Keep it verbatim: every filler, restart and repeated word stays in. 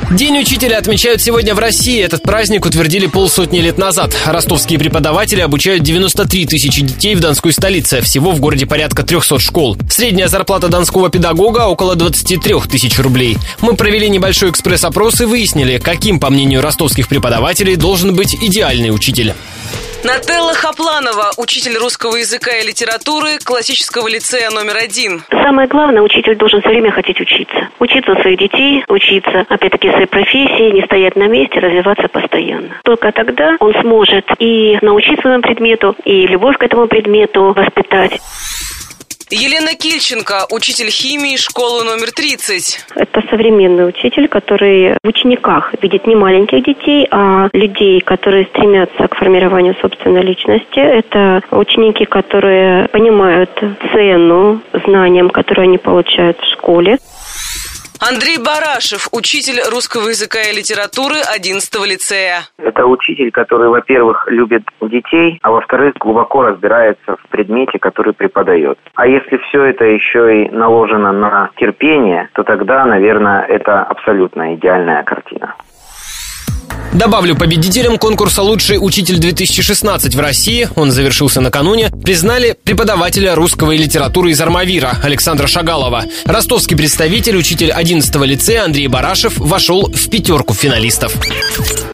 День учителя отмечают сегодня в России. Этот праздник утвердили полсотни лет назад. Ростовские преподаватели обучают девяносто три тысячи детей в Донской столице. Всего в городе порядка трехсот школ. Средняя зарплата донского педагога около двадцать три тысячи рублей. Мы провели небольшой экспресс-опрос и выяснили, каким, по мнению ростовских преподавателей, должен быть идеальный учитель. Нателла Хапланова, учитель русского языка и литературы классического лицея номер один. Самое главное, учитель должен все время хотеть учиться. Учиться у своих детей, учиться, опять-таки, своей профессии, не стоять на месте, развиваться постоянно. Только тогда он сможет и научить своему предмету, и любовь к этому предмету воспитать. Елена Кильченко, учитель химии школы номер тридцать. Это современный учитель, который в учениках видит не маленьких детей, а людей, которые стремятся к формированию собственной личности. Это ученики, которые понимают цену знаниям, которые они получают в школе. Андрей Барашев, учитель русского языка и литературы одиннадцатого лицея. Это учитель, который, во-первых, любит детей, а во-вторых, глубоко разбирается в предмете, который преподает. А если все это еще и наложено на терпение, то тогда, наверное, это абсолютно идеальная картина. Добавлю, победителем конкурса «Лучший учитель-две тысячи шестнадцать» в России, он завершился накануне, признали преподавателя русского и литературы из Армавира Александра Шагалова. Ростовский представитель, учитель одиннадцатого лицея Андрей Барашев вошел в пятерку финалистов.